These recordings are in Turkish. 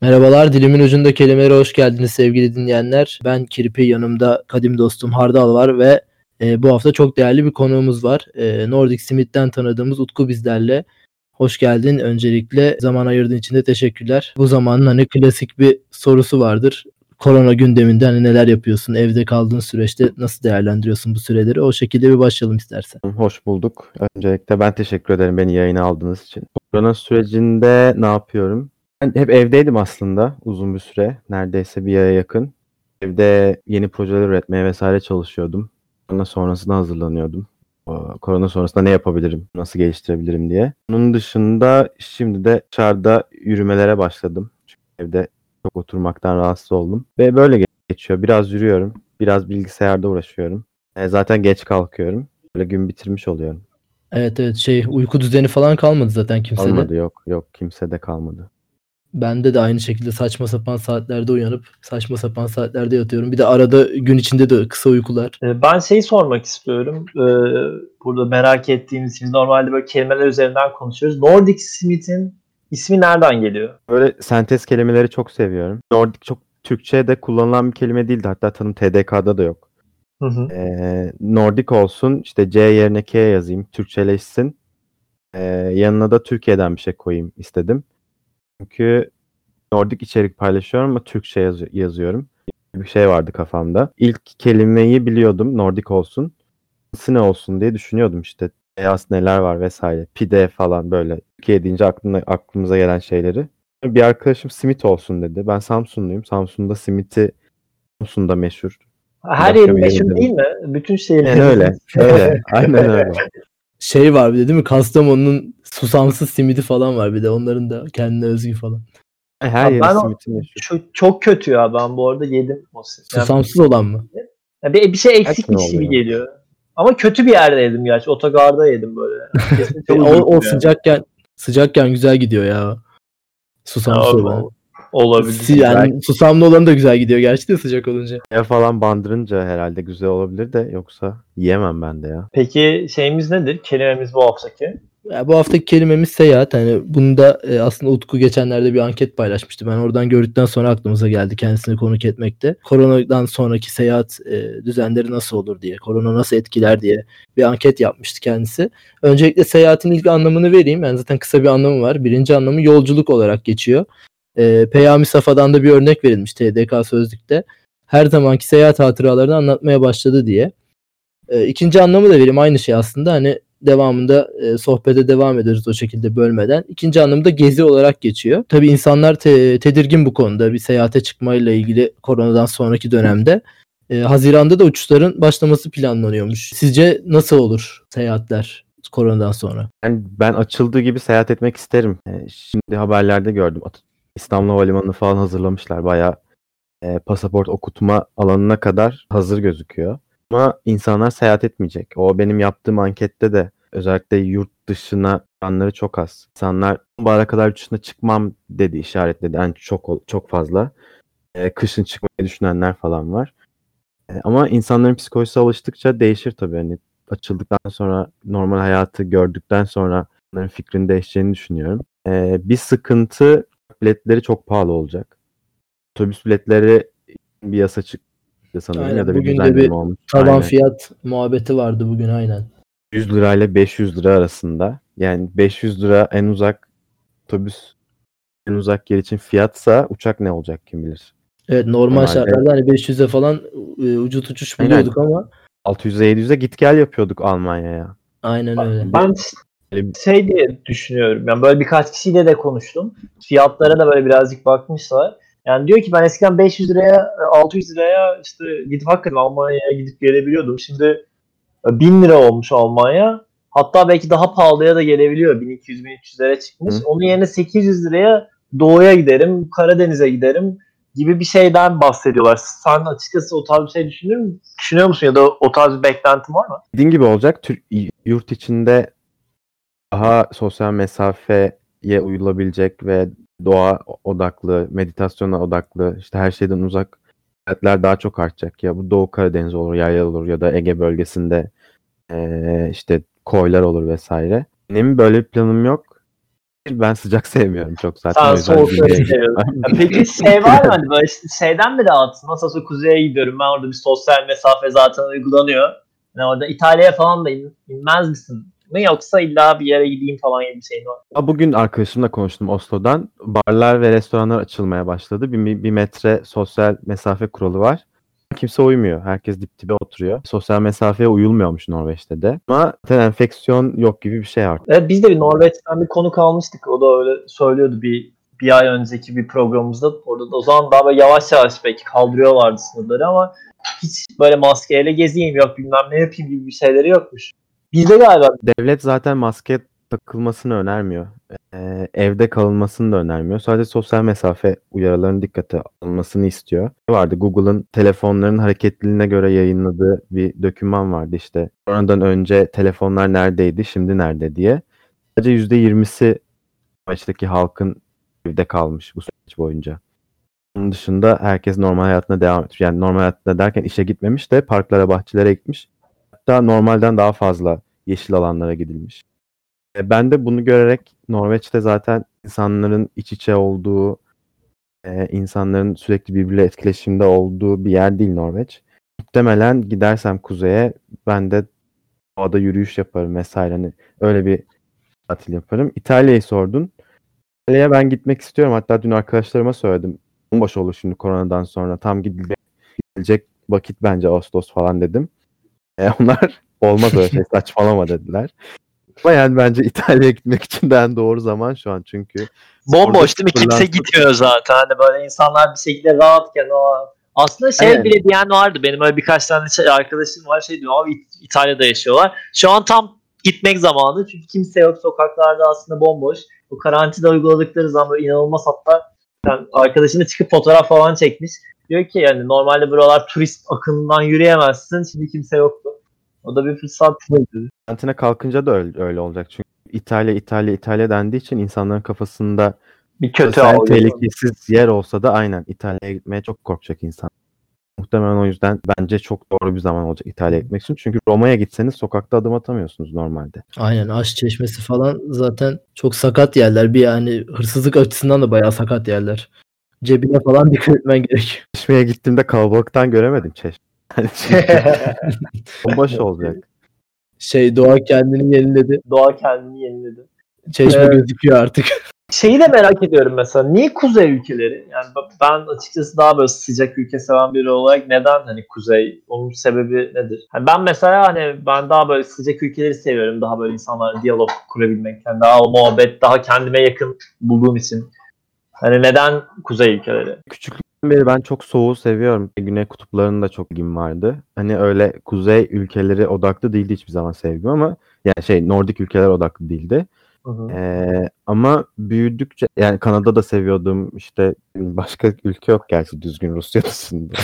Merhabalar, dilimin ucunda kelimelere hoş geldiniz sevgili dinleyenler. Ben Kirpi, yanımda kadim dostum Hardal var ve bu hafta çok değerli bir konuğumuz var. Nordic Smith'ten tanıdığımız Utku bizlerle. Hoş geldin. Öncelikle zaman ayırdığın için de teşekkürler. Bu zamanın hani klasik bir sorusu vardır. Korona gündeminde hani neler yapıyorsun? Evde kaldığın süreçte nasıl değerlendiriyorsun bu süreleri? O şekilde bir başlayalım istersen. Hoş bulduk. Öncelikle ben teşekkür ederim beni yayına aldığınız için. Korona sürecinde ne yapıyorum? Ben hep evdeydim aslında uzun bir süre. Neredeyse bir aya yakın. Evde yeni projeler üretmeye vesaire çalışıyordum. Korona sonrasında hazırlanıyordum. Korona sonrasında ne yapabilirim, nasıl geliştirebilirim diye. Bunun dışında şimdi de dışarıda yürümelere başladım. Çünkü evde çok oturmaktan rahatsız oldum. Ve böyle geçiyor. Biraz yürüyorum, biraz bilgisayarda uğraşıyorum. Zaten geç kalkıyorum. Böyle gün bitirmiş oluyorum. Evet, uyku düzeni falan kalmadı zaten kimsede. Kalmadı, yok kimsede kalmadı. Bende de aynı şekilde saçma sapan saatlerde uyanıp saçma sapan saatlerde yatıyorum. Bir de arada gün içinde de kısa uykular. Ben şeyi sormak istiyorum. Burada merak ettiğimiz için normalde böyle kelimeler üzerinden konuşuyoruz. Nordic Smith'in ismi nereden geliyor? Böyle sentez kelimeleri çok seviyorum. Nordic çok Türkçe'de kullanılan bir kelime değildi. Hatta tanım TDK'da da yok. Hı hı. Nordic olsun, işte C yerine K yazayım, Türkçeleşsin. Yanına da Türkiye'den bir şey koyayım istedim. Çünkü Nordic içerik paylaşıyorum ama Türkçe yazıyorum. Bir şey vardı kafamda. İlk kelimeyi biliyordum, Nordic olsun. Ne olsun diye düşünüyordum işte. Beyaz neler var vesaire. Pide falan böyle. Türkiye deyince aklımıza gelen şeyleri. Bir arkadaşım simit olsun dedi. Ben Samsunluyum. Samsun'da simiti Samsun'da meşhur. Her Başka yerin bir meşhur yerinde değil mi? Bütün şehirlerin. Yani öyle. Aynen öyle. Şey var bir de değil mi? Kastamonu'nun susamsız simidi falan var bir de. Onların da kendine özgü falan. Her Abi yeri ben simiti meşhur. çok kötü ya, ben bu arada yedim o simit. Yani Susamsız olan mı? bir şey Kaç ne eksikmiş gibi oluyor? geliyor. Ama kötü bir yerde yedim gerçi. Otogarda yedim böyle. Kesin çok O üzüldüm yani. sıcakken güzel gidiyor ya. Susamsız Yani olan. olabilir. Yani susamlı olan da güzel gidiyor gerçi de sıcak olunca. Ya falan bandırınca herhalde güzel olabilir de yoksa yiyemem ben de ya. Peki şeyimiz nedir? Kelimemiz bu haftaki. Ya bu haftaki kelimemiz seyahat. Hani bunu da aslında Utku geçenlerde bir anket paylaşmıştı. Ben oradan gördükten sonra aklımıza geldi kendisini konuk etmekte. Koronadan sonraki seyahat düzenleri nasıl olur diye, korona nasıl etkiler diye bir anket yapmıştı kendisi. Öncelikle seyahatin ilk anlamını vereyim. Yani zaten kısa bir anlamı var. Birinci anlamı yolculuk olarak geçiyor. Peyami Safa'dan da bir örnek verilmiş TDK Sözlük'te. Her zamanki seyahat hatıralarını anlatmaya başladı diye. İkinci anlamı da vereyim, aynı şey aslında. Hani devamında sohbete devam ederiz o şekilde bölmeden. İkinci anlamı da gezi olarak geçiyor. Tabii insanlar tedirgin bu konuda bir seyahate çıkmayla ilgili koronadan sonraki dönemde. Haziran'da da uçuşların başlaması planlanıyormuş. Sizce nasıl olur seyahatler koronadan sonra? Yani ben açıldığı gibi seyahat etmek isterim. Şimdi haberlerde gördüm. İstanbul Havalimanı falan hazırlamışlar. Bayağı pasaport okutma alanına kadar hazır gözüküyor. Ama insanlar seyahat etmeyecek. O benim yaptığım ankette de özellikle yurt dışına çıkanları çok az. İnsanlar sonbahara kadar yurt dışına çıkmam dedi, işaretledi. Yani çok fazla. Kışın çıkmayı düşünenler falan var. Ama insanların psikolojisi alıştıkça değişir tabii. Hani açıldıktan sonra normal hayatı gördükten sonra onların fikrinin değişeceğini düşünüyorum. Bir sıkıntı, biletleri çok pahalı olacak. Otobüs biletleri bir yasa çıktı sanırım ya Aynen, da bir bugün de bir düzenleme olmuş. tavan Aynen. fiyat muhabbeti vardı bugün, aynen. 100 lirayla 500 lira arasında. Yani 500 lira en uzak otobüs, en uzak yer için fiyatsa uçak ne olacak kim bilir. Evet, normal Normalde şartlarda hani 500'e falan ucuz uçuş aynen buluyorduk ama 600'e 700'e git gel yapıyorduk Almanya'ya. aynen öyle. Ben şey diye düşünüyorum. Yani böyle birkaç kişiyle de konuştum. Fiyatlara da böyle birazcık bakmışlar. Yani diyor ki ben eskiden 500 liraya 600 liraya işte gidip hakikaten Almanya'ya gidip gelebiliyordum. Şimdi 1000 lira olmuş Almanya. Hatta belki daha pahalıya da gelebiliyor. 1200-1300 lira çıkmış. Hı. Onun yerine 800 liraya doğuya giderim, Karadeniz'e giderim gibi bir şeyden bahsediyorlar. Sen açıkçası o tarz bir şey düşünüyor musun ya da o tarz bir beklentin var mı? Dediğin gibi olacak. Yurt içinde daha sosyal mesafeye uyulabilecek ve doğa odaklı, meditasyona odaklı, işte her şeyden uzak seyahatler daha çok artacak. Ya bu Doğu Karadeniz olur, yayla olur ya da Ege bölgesinde işte koylar olur vesaire. Benim böyle bir planım yok. Ben sıcak sevmiyorum çok zaten. Sen O yüzden soğukları güneye seviyorsun. gitmem. Ya peki şey var mı hani böyle işte şeyden mi rahatsın? Nasıl olsa kuzeye gidiyorum. Ben orada bir sosyal mesafe zaten uygulanıyor. Yani orada İtalya'ya falan da inmez misin? Mi yoksa illa bir yere gideyim falan gibi bir şeyin var. Bugün arkadaşımla konuştum Oslo'dan. Barlar ve restoranlar açılmaya başladı. Bir metre sosyal mesafe kuralı var. Kimse uymuyor. Herkes dip dibe oturuyor. Sosyal mesafeye uyulmuyormuş Norveç'te de. Ama zaten enfeksiyon yok gibi bir şey artık. Evet, biz de bir Norveç'ten bir konuk almıştık. O da öyle söylüyordu bir ay önceki bir programımızda. Orada da o zaman daha böyle yavaş yavaş belki kaldırıyorlardı sınırları ama hiç böyle maskeyle gezeyim yok bilmem ne yapayım gibi bir şeyleri yokmuş. Bizde galiba Devlet zaten maske takılmasını önermiyor. Evde kalınmasını da önermiyor. Sadece sosyal mesafe uyarılarının dikkate alınmasını istiyor. Vardı Google'ın telefonların hareketliliğine göre yayınladığı bir doküman vardı işte. Ondan önce telefonlar neredeydi, şimdi nerede diye. Sadece %20'si Norveç'teki halkın evde kalmış bu süreç boyunca. Onun dışında herkes normal hayatına devam etmiş. Yani normal hayatına derken işe gitmemiş de parklara, bahçelere gitmiş. Hatta normalden daha fazla yeşil alanlara gidilmiş. Ben de bunu görerek Norveç'te zaten insanların iç içe olduğu, insanların sürekli birbiriyle etkileşimde olduğu bir yer değil Norveç. Muhtemelen gidersem kuzeye ben de doğada yürüyüş yaparım vesaire. Hani öyle bir tatil yaparım. İtalya'yı sordun. İtalya'ya ben gitmek istiyorum. Hatta dün arkadaşlarıma söyledim. Bomboş olur şimdi koronadan sonra. Tam gidilecek vakit bence Ağustos falan dedim. Onlar olmaz öyle şey saçmalama dediler. Ama yani bence İtalya'ya gitmek için de en doğru zaman şu an çünkü bomboş değil mi? Kimse fırlansın. gitmiyor zaten. Hani böyle insanlar bir şekilde rahatken o aslında şey Aynen. bile diyen vardı. Benim öyle birkaç tane arkadaşım var şey diyor abi İtalya'da yaşıyorlar. Şu an tam gitmek zamanı çünkü kimse yok sokaklarda aslında bomboş. Bu karantina uyguladıkları zaman böyle inanılmaz hatta yani arkadaşını çıkıp fotoğraf falan çekmiş. Diyor ki yani normalde buralar turist akınından yürüyemezsin. Şimdi kimse yoktu. O da bir fırsat. Karantina kalkınca da öyle olacak. Çünkü İtalya dendiği için insanların kafasında Bir kötü en algı. tehlikesiz yer olsa da aynen İtalya'ya gitmeye çok korkacak insan. Muhtemelen o yüzden bence çok doğru bir zaman olacak İtalya'ya gitmek için. Çünkü Roma'ya gitseniz sokakta adım atamıyorsunuz normalde. Aynen, Aşk Çeşmesi falan zaten çok sakat yerler. Bir yani hırsızlık açısından da bayağı sakat yerler. Cebine falan dikkat etmen gerek. Çeşme'ye gittiğimde kalabalıktan göremedim Çeşme. Hani çünkü bomboş olacak. Doğa kendini yeniledi. Doğa kendini yeniledi. Çeşme Evet. gözüküyor artık. Şeyi de merak ediyorum mesela. Niye kuzey ülkeleri? Yani ben açıkçası daha böyle sıcak ülke seven biri olarak neden hani kuzey? Onun sebebi nedir? Yani ben mesela hani ben daha böyle sıcak ülkeleri seviyorum. Daha böyle insanlarla diyalog kurabilmek. Yani daha o muhabbet, daha kendime yakın bulduğum için. Hani neden kuzey ülkeleri? Küçüklükten beri ben çok soğuğu seviyorum. Güney kutuplarında çok ilgim vardı. Hani öyle kuzey ülkeleri odaklı değildi hiçbir zaman sevgim ama yani Nordik ülkeler odaklı değildi. Hı hı. Ama büyüdükçe yani Kanada'da seviyordum. İşte başka ülke yok gerçi düzgün Rusya dışında.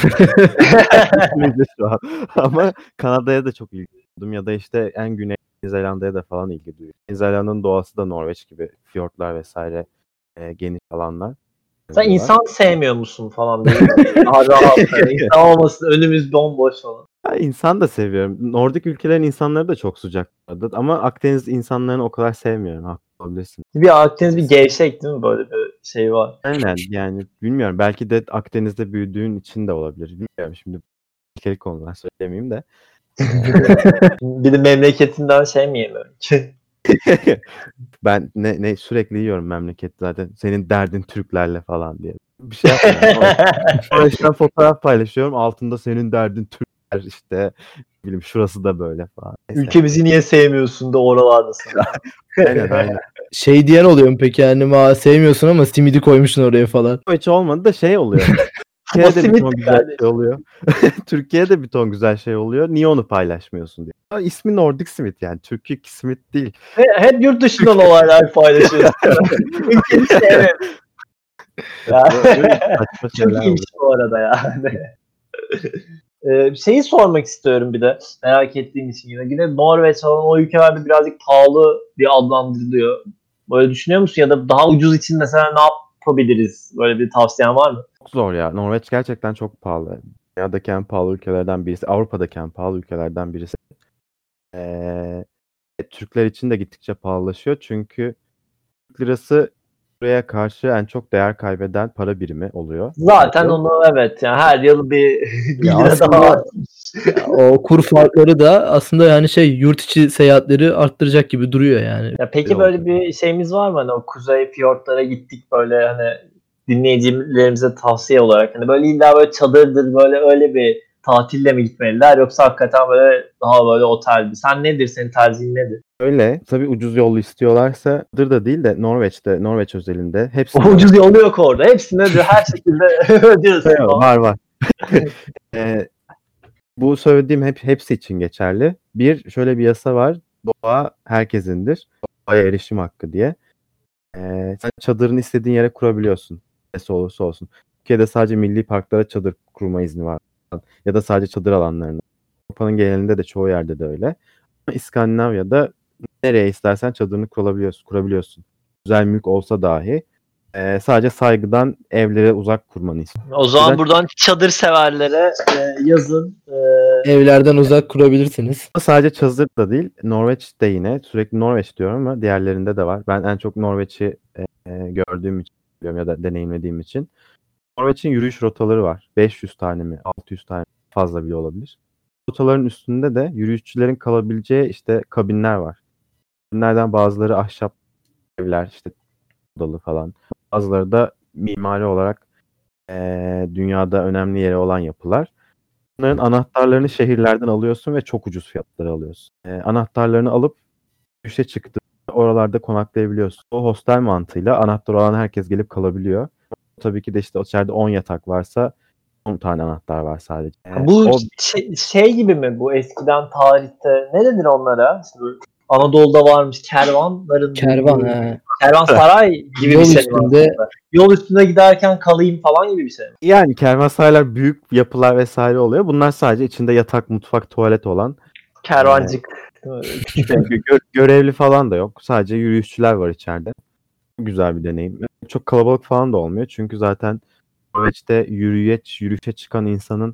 Şu an. Ama Kanada'ya da çok ilgi duydum ya da işte en güney Yeni Zelanda'ya da falan ilgi duyuyorum. Yeni Zelanda'nın doğası da Norveç gibi fiyortlar vesaire geniş alanlar. Sen insan sevmiyor musun falan böyle. Daha rahat. Yani insan olmasın önümüz bomboş falan. Ya insan da seviyorum. Nordik ülkelerin insanları da çok sıcak. Ama Akdeniz insanlarını o kadar sevmiyorum. Haklı olabilirsin. Bir Akdeniz bir gevşek değil mi? Böyle bir şey var. Aynen yani bilmiyorum. Belki de Akdeniz'de büyüdüğün için de olabilir. Bilmiyorum şimdi ilkelik konular söylemeyeyim de. Bir de memleketinden şey mi yemiyorum ki? Ben ne sürekli yiyorum memleket zaten. Senin derdin Türklerle falan diye. Bir şey yapmıyorum. Norveç'ten fotoğraf paylaşıyorum. Altında senin derdin Türkler işte. Bilmiyorum şurası da böyle falan. Neyse. Ülkemizi niye sevmiyorsun da oralardasın? Aynen. Diyen oluyor mu peki yani sevmiyorsun ama simidi koymuşsun oraya falan. Hiç olmadı da şey oluyor. Türkiye'de bir ton güzel şey oluyor. Türkiye'de bir ton güzel şey oluyor. Niye onu paylaşmıyorsun diye. Ya, ismi Nordic Simit yani. Türkiye Simit değil. Hep yurt dışından olaylar paylaşıyorsun. Ülkeni sevmiyorum. Çok iyiymiş bu arada yani. Şeyi sormak istiyorum bir de merak ettiğim için yine Norveç falan o ülkelerde birazcık pahalı diye adlandırılıyor. Böyle düşünüyor musun ya da daha ucuz için mesela ne yapabiliriz? Böyle bir tavsiyen var mı? Çok zor ya. Norveç gerçekten çok pahalı. Dünyadaki en pahalı ülkelerden birisi. Avrupa'daki en pahalı ülkelerden birisi. Türkler için de gittikçe pahalılaşıyor. Çünkü lirası buraya karşı en çok değer kaybeden para birimi oluyor. Zaten onu evet yani her yıl bir 1 Ya lira aslında- daha O kur farkları da aslında yani yurt içi seyahatleri arttıracak gibi duruyor yani. Ya peki böyle bir şeyimiz var mı? Hani o kuzey fiyortlara gittik böyle hani dinleyicilerimize tavsiye olarak. Hani böyle illa böyle çadırdır böyle öyle bir tatille mi gitmeliler yoksa hakikaten böyle daha böyle otel mi? Sen nedir? Senin tercihin nedir? Öyle. Tabii ucuz yollu istiyorlarsa da değil de Norveç özelinde hepsi O ucuz yolu yok orada. Hepsine de her şekilde ödüyorsun. var. Bu söylediğim hepsi için geçerli. Şöyle bir yasa var. Doğa herkesindir. Doğaya erişim hakkı diye. Sen çadırını istediğin yere kurabiliyorsun. Neresi olursa olsun. Türkiye'de sadece milli parklara çadır kurma izni var. Ya da sadece çadır alanlarında. Avrupa'nın genelinde de çoğu yerde de öyle. Ama İskandinavya'da nereye istersen çadırını kurabiliyorsun. Güzel mülk olsa dahi. Sadece saygıdan evlere uzak kurmanı istiyor. O zaman buradan çadır severlere yazın. Evlerden uzak kurabilirsiniz. Sadece çadır da değil. Norveç'te yine. Sürekli Norveç diyorum ama diğerlerinde de var. Ben en çok Norveç'i gördüğüm için biliyorum ya da deneyimlediğim için. Norveç'in yürüyüş rotaları var. 500 tane mi 600 tane fazla bile olabilir. Rotaların üstünde de yürüyüşçülerin kalabileceği işte kabinler var. Kabinlerden bazıları ahşap evler işte odalı falan. Bazıları da mimari olarak dünyada önemli yeri olan yapılar. Bunların anahtarlarını şehirlerden alıyorsun ve çok ucuz fiyatlara alıyorsun. Anahtarlarını alıp yürüyüşe çıktığında oralarda konaklayabiliyorsun. O hostel mantığıyla anahtar olan herkes gelip kalabiliyor. Tabii ki de işte içeride 10 yatak varsa 10 tane anahtar var sadece. Bu şey gibi mi bu eskiden tarihte ne denir onlara? İşte Anadolu'da varmış kervanların kervansaray gibi Yol bir şey üstünde var. Yol üstünde giderken kalayım falan gibi bir şey mi? Yani kervansaraylar büyük yapılar vesaire oluyor. Bunlar sadece içinde yatak, mutfak, tuvalet olan. Kervancık. Görevli falan da yok. Sadece yürüyüşçüler var içeride. Güzel bir deneyim. Çok kalabalık falan da olmuyor. Çünkü zaten Norveç'te yürüyüşe çıkan insanın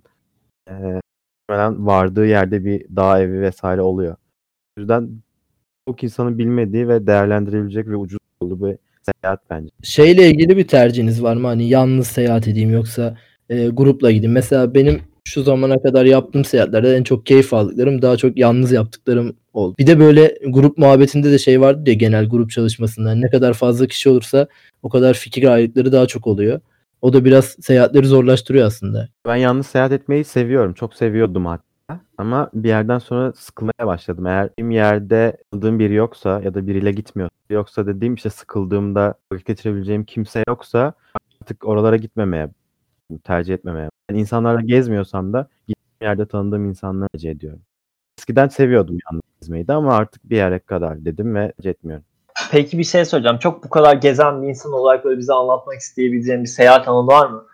vardığı yerde bir dağ evi vesaire oluyor. O yüzden çok insanın bilmediği ve değerlendirebilecek ve ucuz olduğu bir seyahat bence. Şeyle ilgili bir tercihiniz var mı? Hani yalnız seyahat edeyim yoksa grupla gideyim. Mesela benim şu zamana kadar yaptığım seyahatlerde en çok keyif aldıklarım daha çok yalnız yaptıklarım oldu. Bir de böyle grup muhabbetinde de şey vardı ya genel grup çalışmasında. Ne kadar fazla kişi olursa o kadar fikir ayrılıkları daha çok oluyor. O da biraz seyahatleri zorlaştırıyor aslında. Ben yalnız seyahat etmeyi seviyorum. Çok seviyordum hatta. Ama bir yerden sonra sıkılmaya başladım. Eğer bir yerde tanıdığım biri yoksa ya da biriyle gitmiyor. Yoksa dediğim işte sıkıldığımda vakit geçirebileceğim kimse yoksa artık oralara gitmemeye, tercih etmemeye. Yani insanlarla gezmiyorsam da gittiğim yerde tanıdığım insanları tercih ediyorum. Eskiden seviyordum yalnız gezmeyi de ama artık bir yere kadar dedim ve tercih etmiyorum. Peki bir şey soracağım. Çok bu kadar gezen bir insan olarak böyle bize anlatmak isteyebileceğin bir seyahat anı var mı?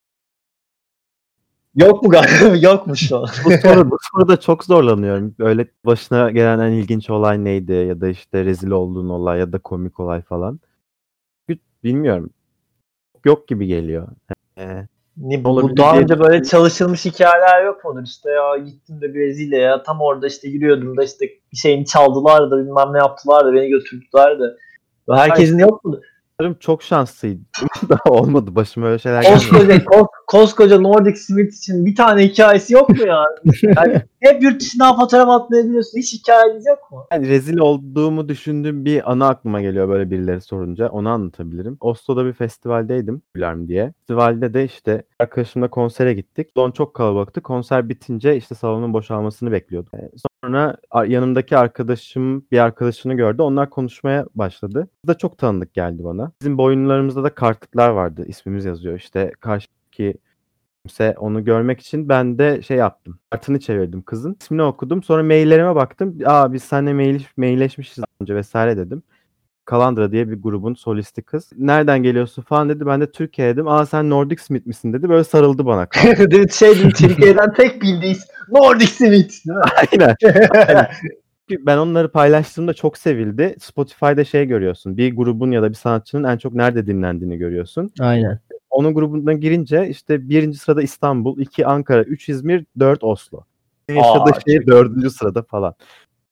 Yok mu galiba? Yok mu şu an? Bu soruda çok zorlanıyorum. Böyle başına gelen en ilginç olay neydi ya da işte rezil olduğun olay ya da komik olay falan. Bilmiyorum. Yok gibi geliyor. Bu daha önce böyle çalışılmış hikayeler yok mudur? İşte ya gittim de Brezilya'ya tam orada işte yürüyordum da işte bir şeyini çaldılar da bilmem ne yaptılar da beni götürdüler de. Herkesin yok mu? Çok şanslıydım. Daha olmadı. Başıma öyle şeyler gelmedi. Koskoca Nordic Smith için bir tane hikayesi yok mu ya? Yani hep yurt dışından fotoğraf atlayabiliyorsun. Hiç hikayeniz yok mu? Yani rezil olduğumu düşündüğüm bir anı aklıma geliyor böyle birileri sorunca. Onu anlatabilirim. Oslo'da bir festivaldeydim. Gülerm diye. Festivalde de işte arkadaşımla konsere gittik. Salon çok kalabalıktı. Konser bitince işte salonun boşalmasını bekliyorduk. Sonra yanımdaki bir arkadaşını gördü. Onlar konuşmaya başladı. Bu da çok tanıdık geldi bana. Bizim boyunlarımızda da kartlıklar vardı. İsmimiz yazıyor. İşte karşıdaki kimse onu görmek için ben de şey yaptım. Kartını çevirdim kızın. İsmini okudum. Sonra maillerime baktım. Biz seninle mailleşmişiz önce vesaire dedim. Kalandra diye bir grubun solisti kız. Nereden geliyorsun falan dedi. Ben de Türkiye dedim. Sen Nordic Smith misin dedi. Böyle sarıldı bana. Türkiye'den tek bildiği Nordic Smith. Aynen. Ben onları paylaştığımda çok sevildi. Spotify'da şey görüyorsun. Bir grubun ya da bir sanatçının en çok nerede dinlendiğini görüyorsun. Aynen. Onun grubuna girince işte 1. sırada İstanbul, 2 Ankara, 3 İzmir, 4 Oslo. Yaşadığı şehir 4. sırada falan.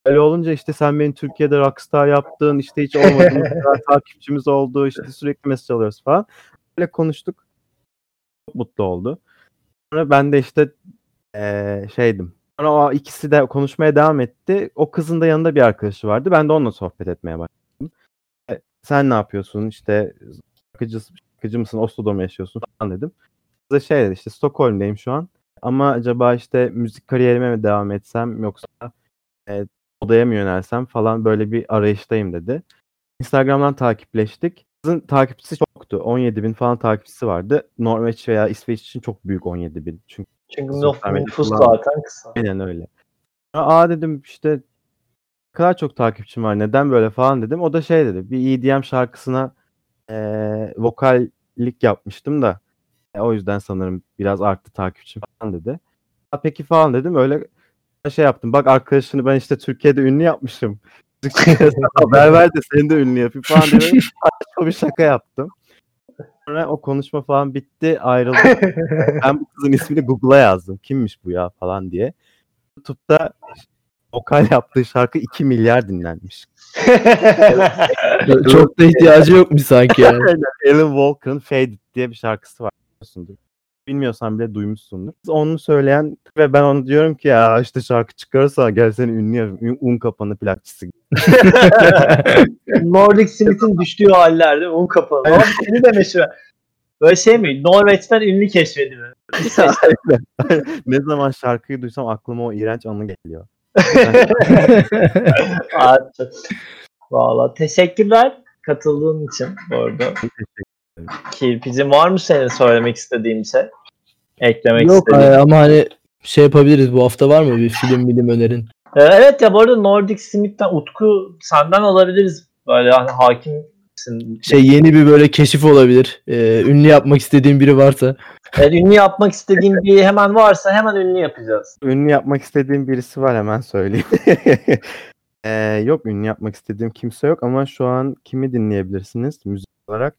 Öyle olunca işte sen beni Türkiye'de rockstar yaptın, işte hiç olmadığımız kadar takipçimiz oldu, işte sürekli mesaj alıyoruz falan. Böyle konuştuk. Çok mutlu oldu. Sonra ben de işte şeydim. Sonra o ikisi de konuşmaya devam etti. O kızın da yanında bir arkadaşı vardı. Ben de onunla sohbet etmeye başladım. Sen ne yapıyorsun? İşte şarkıcı mısın? Oslo'da mı yaşıyorsun falan dedim. Kız da şey dedi, işte Stockholm'deyim şu an. Ama acaba işte müzik kariyerime mi devam etsem yoksa odaya mı yönelsem falan, böyle bir arayıştayım dedi. Instagram'dan takipleştik. Kızın takipçisi çoktu. 17.000 falan takipçisi vardı. Norveç veya İsveç için çok büyük 17.000. Çünkü nüfus zaten kısa. Aynen öyle. Aa dedim, işte ne kadar çok takipçim var, neden böyle falan dedim. O da şey dedi, bir EDM şarkısına vokallik yapmıştım da o yüzden sanırım biraz arttı takipçim falan dedi. Ha, peki falan dedim, öyle şey yaptım. Bak arkadaşını ben işte Türkiye'de ünlü yapmışım. Haber ver de seni de ünlü yapayım falan diye saçma bir şaka yaptım. Sonra o konuşma falan bitti, ayrıldık. Ben bu kızın ismini Google'a yazdım. Kimmiş bu ya falan diye. YouTube'da vokal yaptığı şarkı 2 milyar dinlenmiş. Çok da ihtiyacı yokmuş sanki yani. Alan Walker'ın Faded diye bir şarkısı var. Bilmiyorsan bile duymuşsundur. Onu söyleyen ve ben onu diyorum ki ya işte şarkı çıkarırsa gel seni ünlü yapayım. Un kapanı plakçısı gibi. Nordic Smith'in düştüğü hallerde un kapalı. Ama seni de meşhur. Böyle şey mi? Norveç'ten ünlü keşfedildi. Ne zaman şarkıyı duysam aklıma o iğrenç anı geliyor. Valla teşekkürler katıldığın için bu arada. Kirpicim, var mı senin söylemek istediğin şey? Eklemek istediğin? Yok ama hani şey yapabiliriz, bu hafta var mı bir film önerin? Evet ya, bu arada Nordic Smith'ten Utku senden alabiliriz. Böyle hani hakimsin. Yeni bir böyle keşif olabilir. Ünlü yapmak istediğin biri varsa. Evet, ünlü yapmak istediğin biri hemen varsa hemen ünlü yapacağız. Ünlü yapmak istediğim birisi var, hemen söyleyeyim. Yok, ünlü yapmak istediğim kimse yok ama şu an kimi dinleyebilirsiniz müzik olarak?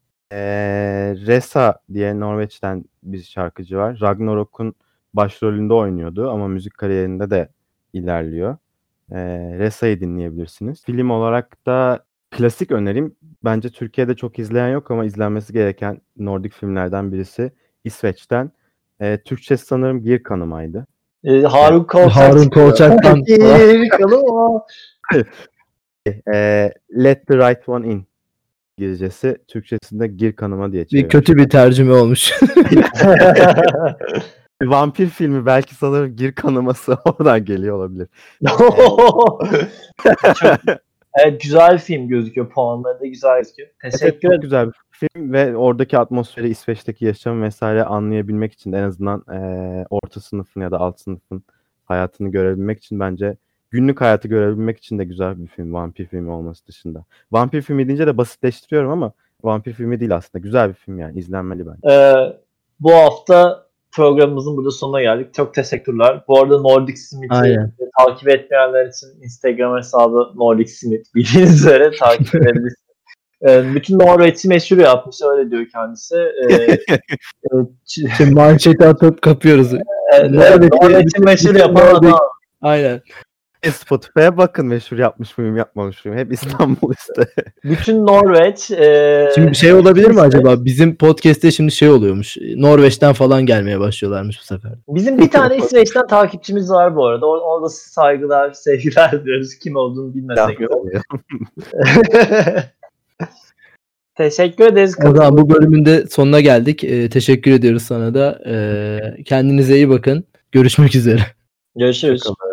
Resa diye Norveç'ten bir şarkıcı var. Ragnarok'un başrolünde oynuyordu ama müzik kariyerinde de ilerliyor. Resa'yı dinleyebilirsiniz. Film olarak da klasik önerim. Bence Türkiye'de çok izleyen yok ama izlenmesi gereken Nordik filmlerden birisi. İsveç'ten. Türkçesi sanırım Gir Kanıma'ydı. Harun Kolçak'tan. Gir Kanıma. Let the Right One In. İngilizcesi, Türkçesinde Gir Kanıma diye çeviriyor. Kötü bir tercüme olmuş. Vampir filmi belki, sanırım Gir Kanıması oradan geliyor olabilir. Evet, güzel film gözüküyor. Puanları da güzel gözüküyor. Teşekkür ederim. Çok güzel bir film ve oradaki atmosferi, İsveç'teki yaşamı vesaire anlayabilmek için, en azından orta sınıfın ya da alt sınıfın hayatını görebilmek için, bence günlük hayatı görebilmek için de güzel bir film, vampir filmi olması dışında. Vampir filmi deyince de basitleştiriyorum ama vampir filmi değil aslında. Güzel bir film yani, izlenmeli bence. Bu hafta programımızın burada sonuna geldik. Çok teşekkürler. Bu arada Nordic Smith'i takip etmeyenler için Instagram hesabı Nordic Smith. Bildiğiniz üzere takip edebilirsiniz. Bütün Norveç'i meşhur yapmış, öyle diyor kendisi. Şimdi manşeti atıp kapıyoruz. Norveç'i meşhur yapan adam. Aynen. Spotify'a bakın, meşhur yapmış mıyım yapmamış mıyım. Hep İstanbul işte. Bütün Norveç. Şimdi olabilir mi acaba? Bizim podcast'te şimdi oluyormuş. Norveç'ten falan gelmeye başlıyorlarmış bu sefer. Bizim bir tane İsveç'ten takipçimiz var bu arada. Orada saygılar, sevgiler diyoruz. Kim olduğunu bilmesek de. Teşekkür ederiz. O zaman bu bölümün de sonuna geldik. Teşekkür ediyoruz sana da. Kendinize iyi bakın. Görüşmek üzere. Görüşürüz.